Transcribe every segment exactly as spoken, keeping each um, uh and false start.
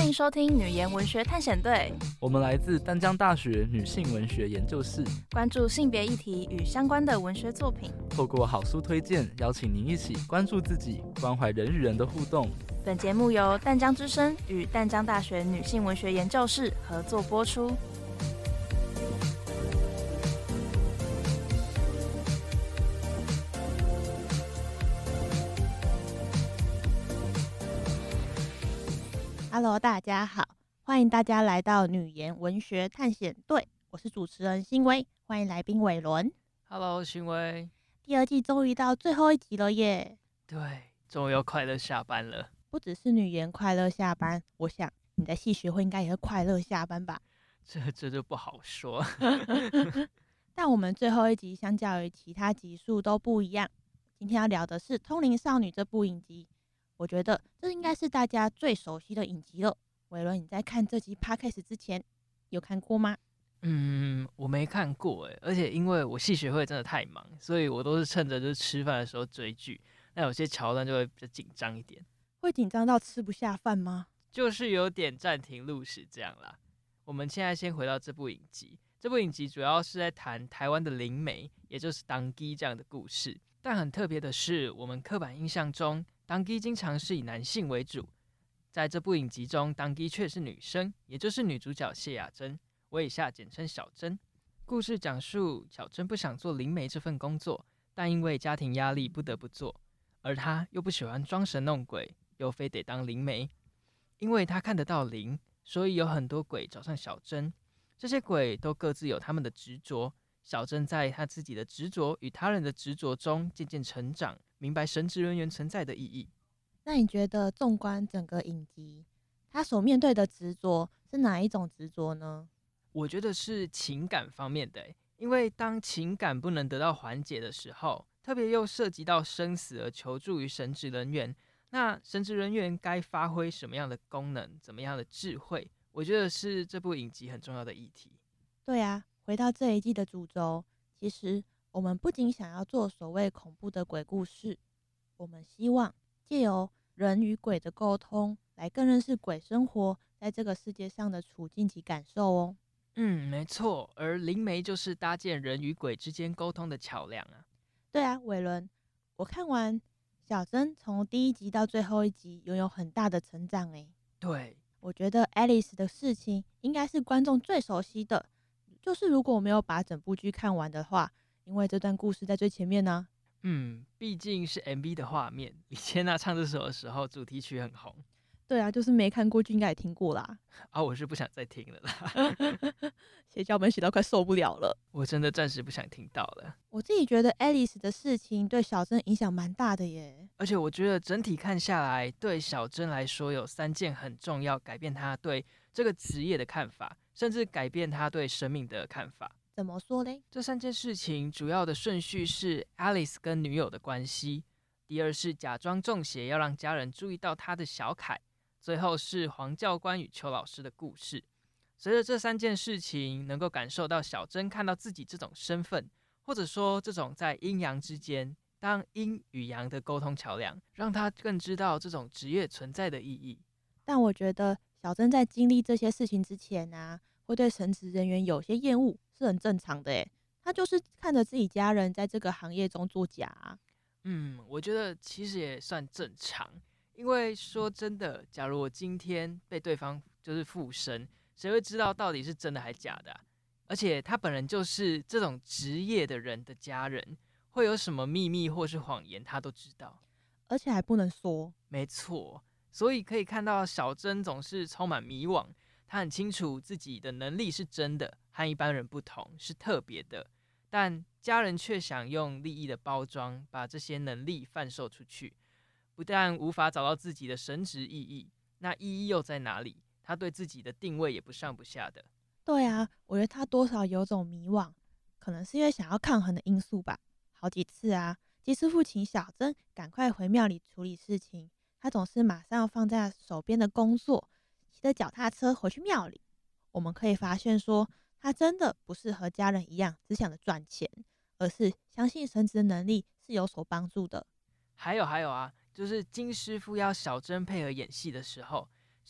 欢迎收听女研文学探险队， 我们来自淡江大学女性文学研究室， 关注性别议题与相关的文学作品， 透过好书推荐，邀请您一起关注自己，关怀人与人的互动。 本节目由淡江之声与淡江大学女性文学研究室合作播出。Hello， 大家好，欢迎大家来到女研文学探险队，我是主持人欣薇，欢迎来宾伟伦。 Hello， 欣薇。 第二季终于到最后一集了耶！ 对，终于要快乐下班了。 不只是女研快乐下班，我想你在系学会应该也会快乐下班吧？ 这这就不好说。 但我们最后一集相较于其他集数都不一样，今天要聊的是《通灵少女》这部影集。我觉得这应该是大家最熟悉的影集了。伟伦，你在看这集 podcast 之前有看过吗？ 嗯，我没看过哎，而且因为我系学会真的太忙，所以我都是趁着就是吃饭的时候追剧。那有些桥段就会比较紧张一点。 会紧张到吃不下饭吗？ 就是有点暂停录食这样啦。我们现在先回到这部影集，这部影集主要是在谈台湾的灵媒，也就是当机这样的故事。但很特别的是，我们刻板印象中当机经常是以男性为主，在这部影集中，当机却是女生，也就是女主角谢雅珍，我以下简称小珍。故事讲述小珍不想做灵媒这份工作，但因为家庭压力不得不做，而她又不喜欢装神弄鬼，又非得当灵媒。因为她看得到灵，所以有很多鬼找上小珍，这些鬼都各自有他们的执着。小珍在她自己的执着与他人的执着中渐渐成长，明白神职人员存在的意义。 那你觉得纵观整个影集，他所面对的执着是哪一种执着呢？ 我觉得是情感方面的，因为当情感不能得到缓解的时候，特别又涉及到生死而求助于神职人员，那神职人员该发挥什么样的功能，怎么样的智慧，我觉得是这部影集很重要的议题。 对啊，回到这一季的主轴，其实我们不仅想要做所谓恐怖的鬼故事，我们希望借由人与鬼的沟通，来更认识鬼生活在这个世界上的处境及感受哦。 嗯，没错，而灵媒就是搭建人与鬼之间沟通的桥梁啊。 对啊，伟伦，我看完小珍从第一集到最后一集拥有很大的成长诶。 对， 我觉得 Alice 的事情应该是观众最熟悉的，就是如果我没有把整部剧看完的话，因为这段故事在最前面呢、啊。 嗯，毕竟是 M V 的画面，李千娜唱这首的时候，主题曲很红。 对啊，就是没看过剧应该也听过啦。 啊，我是不想再听了啦。 写脚本写到快受不了了， 我真的暂时不想听到了。 我自己觉得 Alice 的事情对小珍影响蛮大的耶。 而且我觉得整体看下来，对小珍来说有三件很重要，改变她对这个职业的看法，甚至改变她对生命的看法。 怎么说嘞？ 这三件事情主要的顺序是 Alice 跟女友的关系，第二是假装中邪要让家人注意到她的小凯，最后是黄教官与邱老师的故事。随着这三件事情，能够感受到小珍看到自己这种身份，或者说这种在阴阳之间当阴与阳的沟通桥梁，让她更知道这种职业存在的意义。 但我觉得小珍在经历这些事情之前啊，会对神职人员有些厌恶是很正常的耶。她就是看着自己家人在这个行业中作假啊。 嗯，我觉得其实也算正常，因为说真的，假如我今天被对方就是附身，谁会知道到底是真的还假的啊？而且他本人就是这种职业的人的家人，会有什么秘密或是谎言，他都知道， 而且还不能说。 没错，所以可以看到小珍总是充满迷惘，她很清楚自己的能力是真的，和一般人不同，是特别的，但家人却想用利益的包装，把这些能力贩售出去，不但无法找到自己的神职意义，那意义又在哪里？他对自己的定位也不上不下的。 对啊，我觉得他多少有种迷惘，可能是因为想要抗衡的因素吧。好几次啊，即师父请小珍赶快回庙里处理事情，他总是马上放在手边的工作，骑着脚踏车回去庙里。我们可以发现说，他真的不是和家人一样只想着赚钱，而是相信神职的能力是有所帮助的。 还有还有啊，就是金师傅要小珍配合演戏的时候，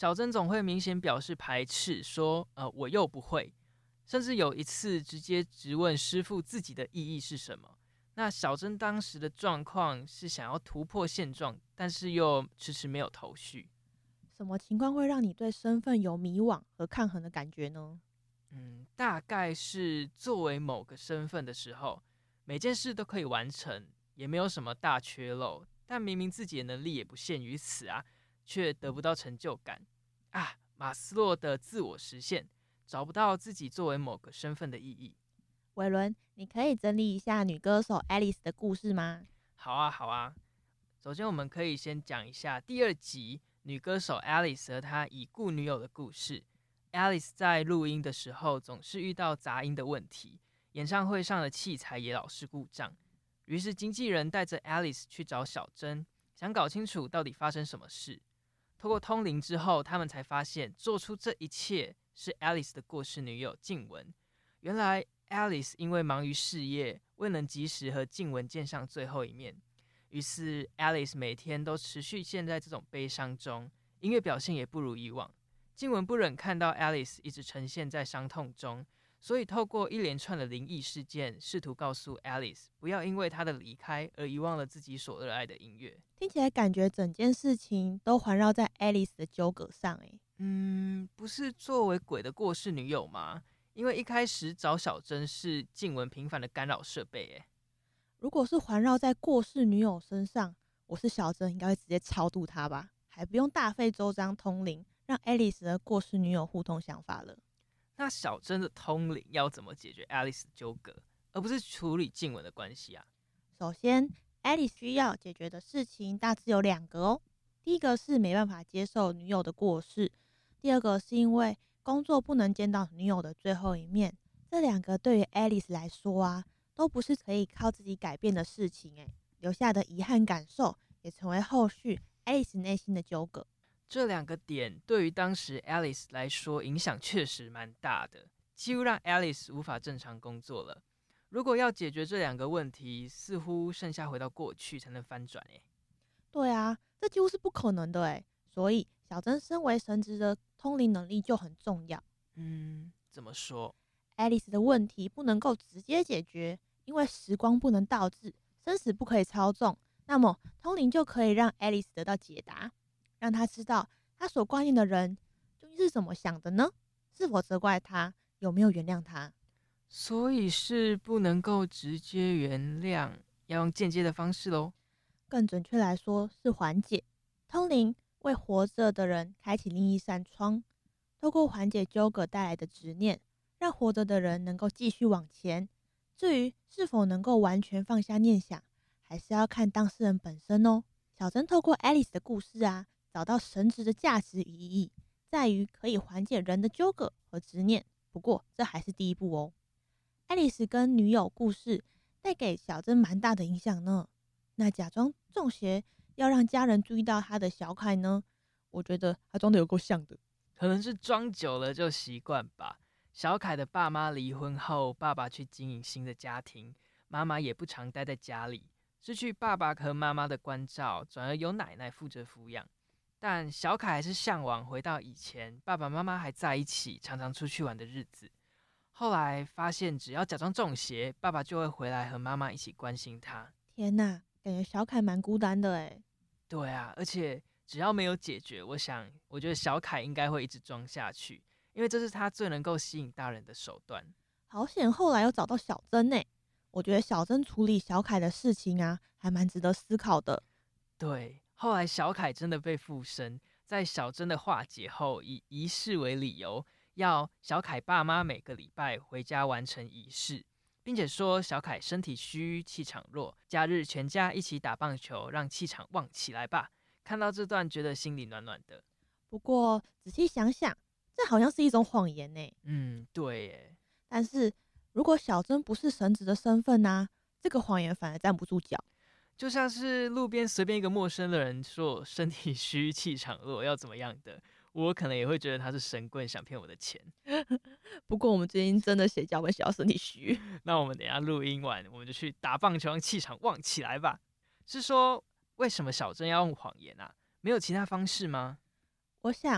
小珍总会明显表示排斥，说呃我又不会，甚至有一次直接质问师父自己的意义是什么。那小珍当时的状况是想要突破现状，但是又迟迟没有头绪。 什么情况会让你对身份有迷惘和抗衡的感觉呢？ 嗯，大概是作为某个身份的时候，每件事都可以完成，也没有什么大缺漏，但明明自己的能力也不限于此啊，却得不到成就感啊。马斯洛的自我实现，找不到自己作为某个身份的意义。 伟伦，你可以整理一下女歌手 Alice 的故事吗？ 好啊，好啊。首先，我们可以先讲一下第二集女歌手 Alice 和她已故女友的故事。Alice 在录音的时候总是遇到杂音的问题，演唱会上的器材也老是故障。于是经纪人带着 Alice 去找小珍，想搞清楚到底发生什么事。透过通灵之后，他们才发现做出这一切是 Alice 的过世女友静雯。原来 Alice 因为忙于事业，未能及时和静雯见上最后一面。于是 Alice 每天都持续陷在这种悲伤中，音乐表现也不如以往。静雯不忍看到 Alice 一直呈现在伤痛中，所以透过一连串的灵异事件，试图告诉 Alice 不要因为她的离开而遗忘了自己所热爱的音乐。 听起来感觉整件事情都环绕在 Alice 的纠葛上诶。 嗯，不是作为鬼的过世女友吗？因为一开始找小珍是静雯频繁的干扰设备诶。 如果是环绕在过世女友身上，我是小珍应该会直接超度她吧，还不用大费周章通灵，让 Alice 的过世女友互通想法了。 那小珍的通灵要怎么解决 Alice 的纠葛，而不是处理静雯的关系啊？ 首先 Alice 需要解决的事情大致有两个哦。第一个是没办法接受女友的过世，第二个是因为工作不能见到女友的最后一面。这两个对于 Alice 来说啊，都不是可以靠自己改变的事情诶，留下的遗憾感受也成为后续 Alice 内心的纠葛。 这两个点对于当时 Alice 来说影响确实蛮大的，几乎让 Alice 无法正常工作了。如果要解决这两个问题，似乎剩下回到过去才能翻转诶。 对啊，这几乎是不可能的诶，所以小珍身为神职的通灵能力就很重要。 嗯，怎么说？ Alice 的问题不能够直接解决，因为时光不能倒置，生死不可以操纵。那么通灵就可以让 Alice 得到解答，让她知道她所挂念的人究竟是怎么想的呢？是否责怪他？有没有原谅他？ 所以是不能够直接原谅，要用间接的方式咯。 更准确来说是缓解。通灵为活着的人开启另一扇窗，透过缓解纠葛带来的执念，让活着的人能够继续往前。至于是否能够完全放下念想，还是要看当事人本身哦。小珍透过 Alice 的故事啊，找到神职的价值与意义，在于可以缓解人的纠葛和执念。不过这还是第一步哦。Alice 跟女友故事带给小珍蛮大的影响呢。那假装中邪要让家人注意到他的小凯呢，我觉得他装的有够像的。 可能是装久了就习惯吧。小凯的爸妈离婚后，爸爸去经营新的家庭，妈妈也不常待在家里，失去爸爸和妈妈的关照，转而由奶奶负责抚养。但小凯还是向往回到以前爸爸妈妈还在一起，常常出去玩的日子。后来发现，只要假装中邪，爸爸就会回来和妈妈一起关心他。 天哪，感觉小凯蛮孤单的诶。 对啊，而且只要没有解决，我想，我觉得小凯应该会一直装下去，因为这是他最能够吸引大人的手段。 好险，后来又找到小珍呢。我觉得小珍处理小凯的事情啊，还蛮值得思考的。 对，后来小凯真的被附身，在小珍的化解后，以仪式为理由，要小凯爸妈每个礼拜回家完成仪式，并且说小凯身体虚，气场弱，假日全家一起打棒球，让气场旺起来吧。看到这段，觉得心里暖暖的。 不过仔细想想，这好像是一种谎言呢。 嗯，对耶。 但是如果小珍不是神职的身份啊，这个谎言反而站不住脚。 就像是路边随便一个陌生的人说我身体虚气场弱要怎么样的，我可能也会觉得他是神棍想骗我的钱。 不过我们最近真的写脚本写到身体虚。 那我们等一下录音完，我们就去打棒球让气场旺起来吧。是说为什么小珍要用谎言啊？没有其他方式吗？ 我想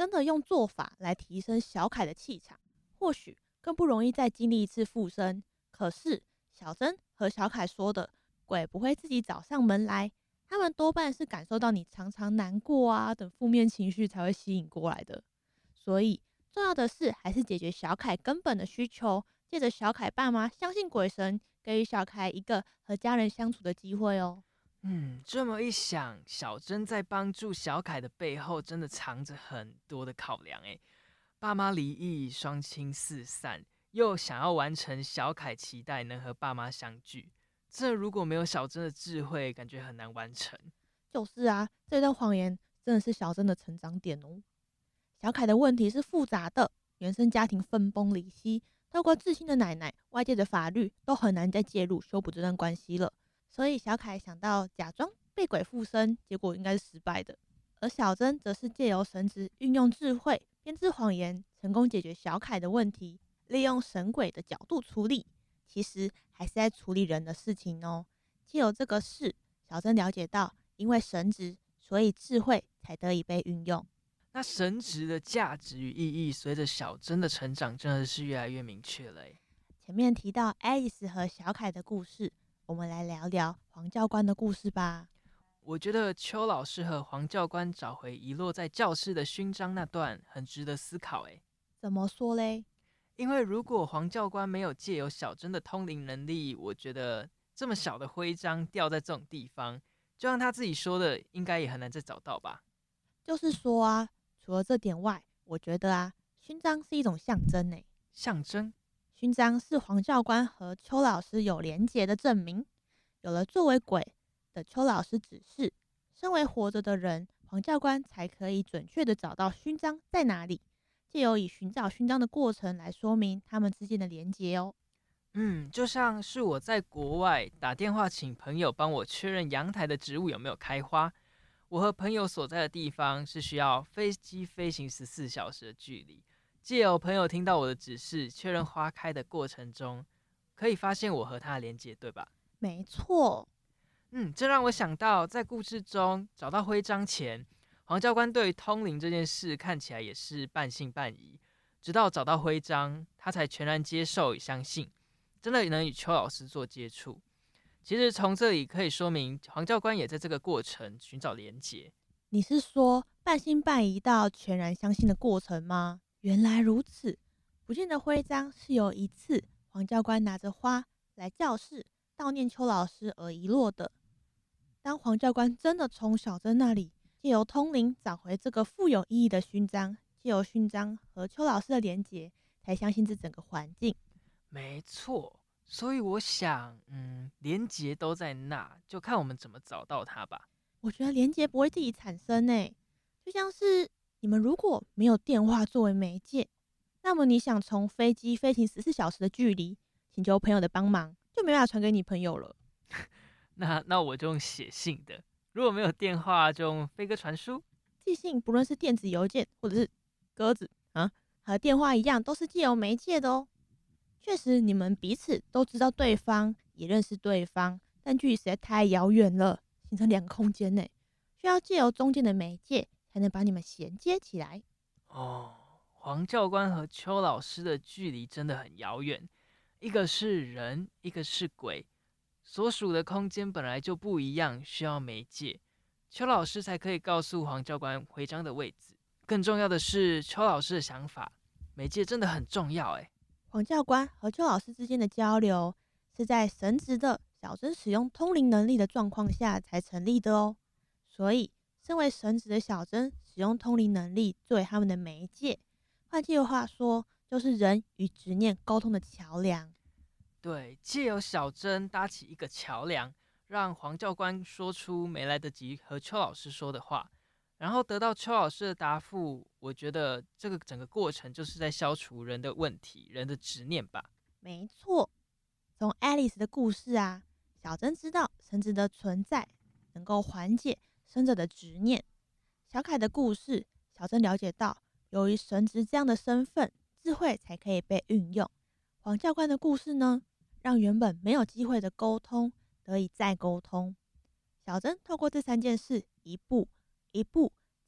真的用做法来提升小凯的气场，或许更不容易再经历一次附身。可是小珍和小凯说的，鬼不会自己找上门来，他们多半是感受到你常常难过啊等负面情绪才会吸引过来的。所以重要的是还是解决小凯根本的需求，借着小凯爸妈相信鬼神，给予小凯一个和家人相处的机会哦。 嗯，这么一想，小珍在帮助小凯的背后，真的藏着很多的考量诶。爸妈离异，双亲四散，又想要完成小凯期待能和爸妈相聚，这如果没有小珍的智慧，感觉很难完成。 就是啊，这段谎言真的是小珍的成长点哦。小凯的问题是复杂的，原生家庭分崩离析，透过至亲的奶奶，外界的法律都很难再介入修补这段关系了。所以小凯想到假装被鬼附身，结果应该是失败的。而小珍则是借由神职运用智慧编织谎言，成功解决小凯的问题。利用神鬼的角度处理，其实还是在处理人的事情哦。借由这个事，小珍了解到，因为神职，所以智慧才得以被运用。 那神职的价值与意义，随着小珍的成长，真的是越来越明确了诶。 前面提到爱丽丝和小凯的故事，我们来聊聊黄教官的故事吧。 我觉得邱老师和黄教官找回遗落在教室的勋章那段，很值得思考诶。 怎么说嘞？ 因为如果黄教官没有借由小珍的通灵能力，我觉得这么小的徽章掉在这种地方，就像他自己说的，应该也很难再找到吧。 就是说啊，除了这点外，我觉得啊，勋章是一种象征诶。 象征？ 勋章是黄教官和邱老师有连结的证明。有了作为鬼的邱老师指示，身为活着的人，黄教官才可以准确的找到勋章在哪里。借由以寻找勋章的过程来说明他们之间的连结哦。 嗯，就像是我在国外打电话请朋友帮我确认阳台的植物有没有开花，我和朋友所在的地方是需要飞机飞行十四小时的距离。借由朋友听到我的指示，确认花开的过程中，可以发现我和他的连结，对吧？ 没错。 嗯，这让我想到，在故事中找到徽章前，黄教官对于通灵这件事看起来也是半信半疑，直到找到徽章，他才全然接受与相信，真的能与邱老师做接触。其实从这里可以说明，黄教官也在这个过程寻找连结。 你是说半信半疑到全然相信的过程吗？原来如此，不见得徽章是由一次黄教官拿着花来教室悼念邱老师而遗落的。当黄教官真的从小珍那里借由通灵找回这个富有意义的勋章，借由勋章和邱老师的连结，才相信这整个环境。 没错，所以我想，嗯，连结都在那，就看我们怎么找到它吧。 我觉得连结不会自己产生诶，就像是你们如果没有电话作为媒介，那么你想从飞机飞行十四小时的距离，请求朋友的帮忙，就没办法传给你朋友了。 那那我就用写信的，如果没有电话，就用飞鸽传书。 寄信不论是电子邮件或者是鸽子啊，和电话一样，都是借由媒介的哦。确实，你们彼此都知道对方，也认识对方，但距离实在太遥远了，形成两个空间内，需要借由中间的媒介，才能把你们衔接起来。 哦，黄教官和邱老师的距离真的很遥远，一个是人，一个是鬼，所属的空间本来就不一样，需要媒介，邱老师才可以告诉黄教官徽章的位置。更重要的是，邱老师的想法，媒介真的很重要诶。 黄教官和邱老师之间的交流，是在神职的小珍使用通灵能力的状况下才成立的哦。所以，身为神职的小珍使用通灵能力作为他们的媒介，换句话说，就是人与执念沟通的桥梁。 对，借由小珍搭起一个桥梁，让黄教官说出没来得及和邱老师说的话，然后得到邱老师的答复。我觉得这个整个过程就是在消除人的问题，人的执念吧。 没错，从爱丽丝的故事啊，小珍知道神职的存在能够缓解生者的执念。小凯的故事，小珍了解到，由于神职这样的身份，智慧才可以被运用。黄教官的故事呢，让原本没有机会的沟通得以再沟通。小珍透过这三件事，一步一步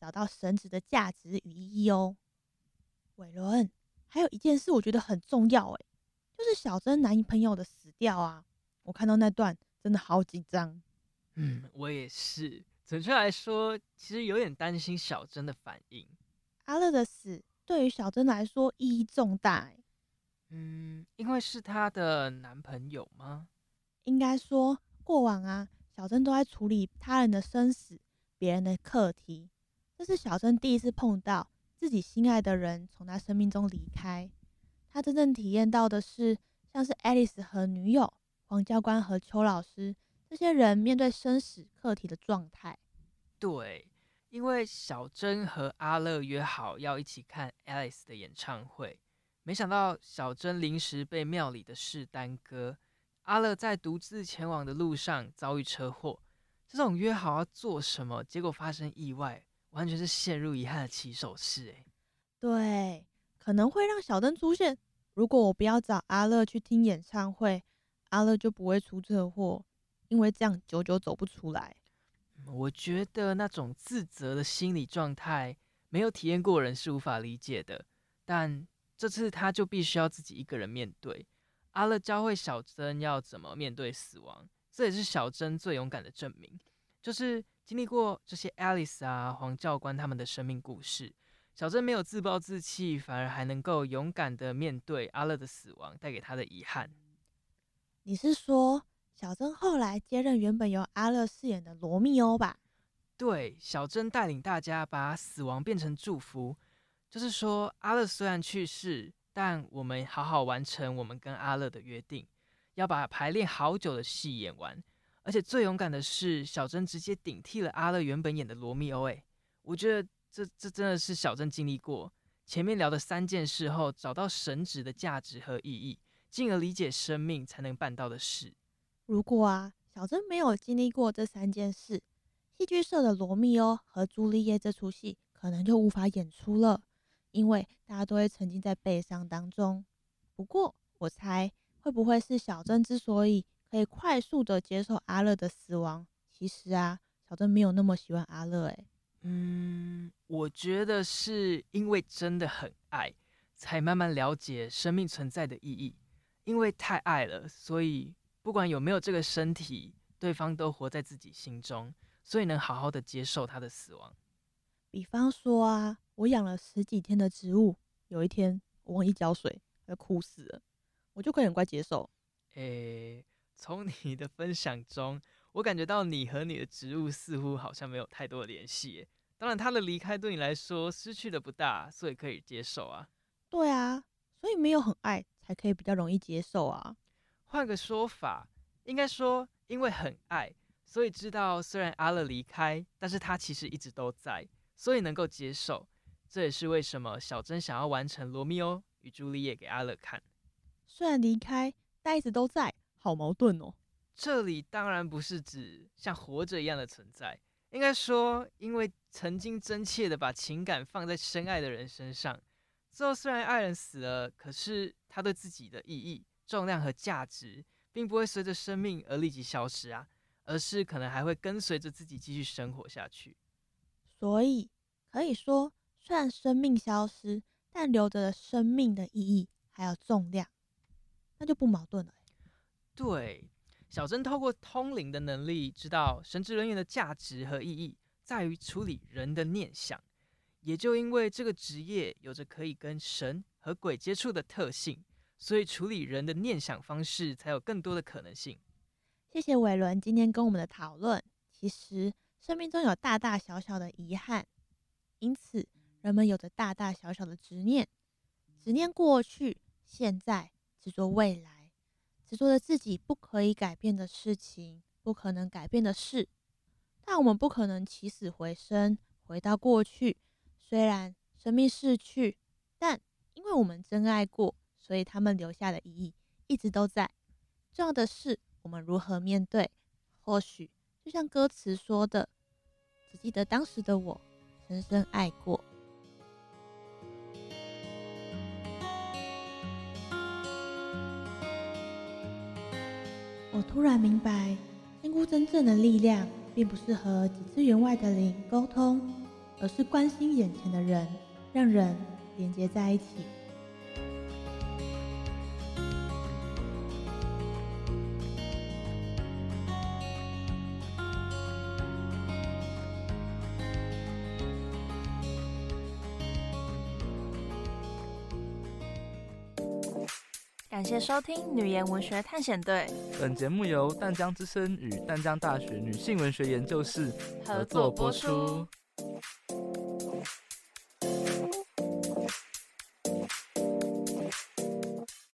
找到神职的价值与意义哦。伟伦，还有一件事我觉得很重要诶，就是小珍男朋友的死掉啊，我看到那段真的好紧张。 嗯，我也是。准确来说，其实有点担心小珍的反应。 阿乐的死对于小珍来说意义重大诶， 嗯，因为是她的男朋友吗？ 应该说过往啊，小珍都在处理他人的生死、别人的课题，这是小珍第一次碰到自己心爱的人从他生命中离开。他真正体验到的是，像是 Alice 和女友、黄教官和邱老师这些人面对生死课题的状态。 对，因为小珍和阿乐约好要一起看 Alice 的演唱会，没想到小珍临时被庙里的事耽搁，阿乐在独自前往的路上遭遇车祸。这种约好要做什么，结果发生意外，完全是陷入遗憾的起手式。哎， 对，可能会让小珍出现。如果我不要找阿乐去听演唱会，阿乐就不会出车祸，因为这样久久走不出来。 我觉得那种自责的心理状态，没有体验过人是无法理解的。但这次他就必须要自己一个人面对。阿乐教会小珍要怎么面对死亡，这也是小珍最勇敢的证明。就是经历过这些 Alice 啊、黄教官他们的生命故事，小珍没有自暴自弃，反而还能够勇敢的面对阿乐的死亡带给他的遗憾。 你是说小珍后来接任原本由阿乐饰演的罗密欧吧？ 对，小珍带领大家把死亡变成祝福，就是说阿乐虽然去世，但我们好好完成我们跟阿乐的约定，要把排练好久的戏演完。而且最勇敢的是，小珍直接顶替了阿乐原本演的罗密欧。哎，我觉得这这真的是小珍经历过前面聊的三件事后，找到神职的价值和意义，进而理解生命才能办到的事。 如果啊，小珍没有经历过这三件事，戏剧社的罗密欧和朱丽叶这出戏可能就无法演出了，因为大家都会沉浸在悲伤当中。不过，我猜会不会是小珍之所以可以快速的接受阿乐的死亡，其实啊，小珍没有那么喜欢阿乐。诶， 嗯，我觉得是因为真的很爱，才慢慢了解生命存在的意义。因为太爱了，所以不管有没有这个身体，对方都活在自己心中，所以能好好的接受他的死亡。 比方说啊，我养了十几天的植物，有一天我忘记浇水，要枯死了，我就可以很快接受。 诶，从你的分享中，我感觉到你和你的植物似乎好像没有太多的联系耶。当然，他的离开对你来说失去的不大，所以可以接受啊。 对啊，所以没有很爱才可以比较容易接受啊。 换个说法，应该说，因为很爱，所以知道虽然阿乐离开，但是他其实一直都在，所以能够接受。这也是为什么小珍想要完成罗密欧与朱丽叶给阿乐看。 虽然离开，但一直都在，好矛盾哦。 这里当然不是指像活着一样的存在，应该说，因为曾经真切的把情感放在深爱的人身上，之后虽然爱人死了，可是他对自己的意义、重量和价值，并不会随着生命而立即消失啊，而是可能还会跟随着自己继续生活下去。 所以可以说，虽然生命消失，但留着生命的意义还有重量，那就不矛盾了欸。 对，小珍透过通灵的能力，知道神职人员的价值和意义在于处理人的念想。也就因为这个职业有着可以跟神和鬼接触的特性，所以处理人的念想方式才有更多的可能性。 谢谢伟伦今天跟我们的讨论。其实生命中有大大小小的遗憾，因此人们有着大大小小的执念，执念过去、现在，执着未来，执着着自己不可以改变的事情，不可能改变的事。但我们不可能起死回生，回到过去。虽然生命逝去，但因为我们真爱过，所以他们留下的意义一直都在。重要的是我们如何面对。或许就像歌词说的，只记得当时的我深深爱过。我突然明白，仙姑真正的力量并不是和几次元外的灵沟通，而而是关心眼前的人，让人连结在一起。 感谢收听女研文学探险队， 本节目由淡江之声与淡江大学女性文学研究室合作播出。